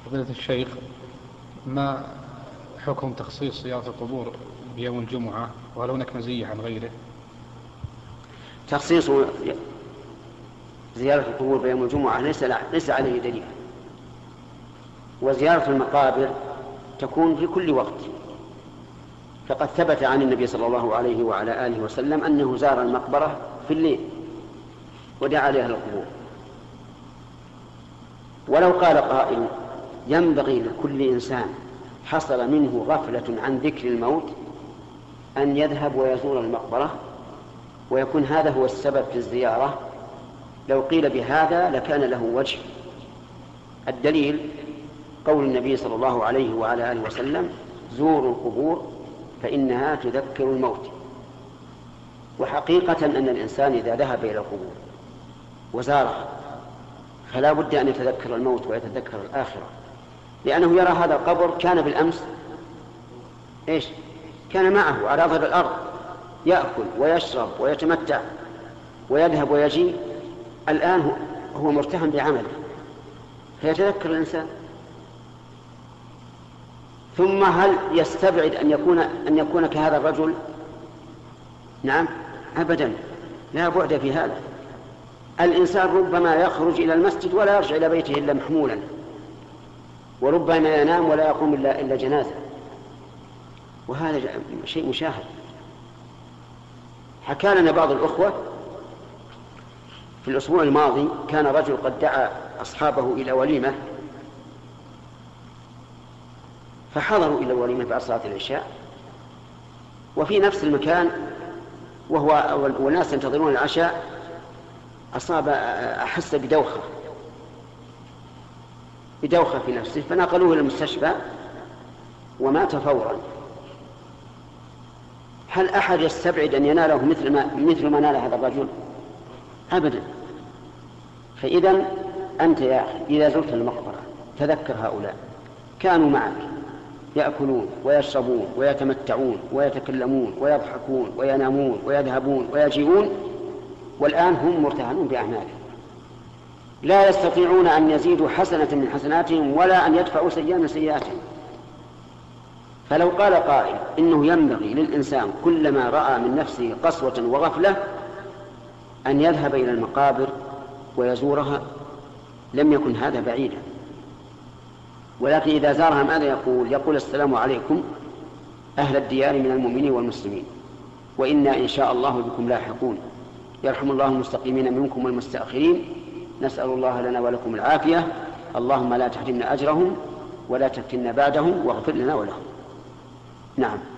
فضيلة الشيخ، ما حكم تخصيص زيارة القبور بيوم الجمعة، وهل هناك مزية عن غيره؟ تخصيص زيارة القبور بيوم الجمعة ليس عليه دليل، وزيارة المقابر تكون في كل وقت، فقد ثبت عن النبي صلى الله عليه وعلى آله وسلم أنه زار المقبرة في الليل ودعا لها القبور. ولو قال قائل ينبغي لكل إنسان حصل منه غفلة عن ذكر الموت أن يذهب ويزور المقبرة ويكون هذا هو السبب في الزيارة، لو قيل بهذا لكان له وجه. الدليل قول النبي صلى الله عليه وعلى آله وسلم: زوروا القبور فإنها تذكر الموت. وحقيقة أن الإنسان إذا ذهب إلى القبور وزارها فلا بد أن يتذكر الموت ويتذكر الآخرة، لأنه يرى هذا القبر كان بالأمس كان معه على ظهر الأرض يأكل ويشرب ويتمتع ويذهب ويجي، الآن هو مرتهن بعمله، فيتذكر الإنسان. ثم هل يستبعد أن يكون كهذا الرجل؟ نعم، أبدا، لا بعد في هذا. الإنسان ربما يخرج إلى المسجد ولا يرجع إلى بيته إلا محمولا، وربما ينام ولا يقوم إلا جنازة، وهذا شيء مشاهد. حكى لنا بعض الأخوة في الأسبوع الماضي كان رجل قد دعا أصحابه إلى وليمة، فحضروا إلى الوليمة بعد صلاة العشاء، وفي نفس المكان والناس ينتظرون العشاء أحس بدوخة في نفسه، فنقلوه إلى المستشفى ومات فورا. هل أحد يستبعد أن يناله مثل ما نال هذا الرجل؟ أبدا. فإذا أنت يا أخي إذا زرت المقبرة تذكر هؤلاء كانوا معك يأكلون ويشربون ويتمتعون ويتكلمون ويضحكون وينامون ويذهبون ويجيئون، والآن هم مرتهنون بأعمالهم، لا يستطيعون أن يزيدوا حسنة من حسناتهم ولا أن يدفعوا سيئة من سيئاتهم. فلو قال قائل إنه ينبغي للإنسان كلما رأى من نفسه قسوة وغفلة أن يذهب إلى المقابر ويزورها لم يكن هذا بعيدا، ولكن إذا زارها ماذا يقول السلام عليكم أهل الديار من المؤمنين والمسلمين، وإنا إن شاء الله بكم لاحقون، يرحم الله المستقيمين منكم والمستأخرين، نسأل الله لنا ولكم العافية، اللهم لا تحرمنا أجرهم ولا تفتنا بعدهم واغفر لنا ولهم. نعم.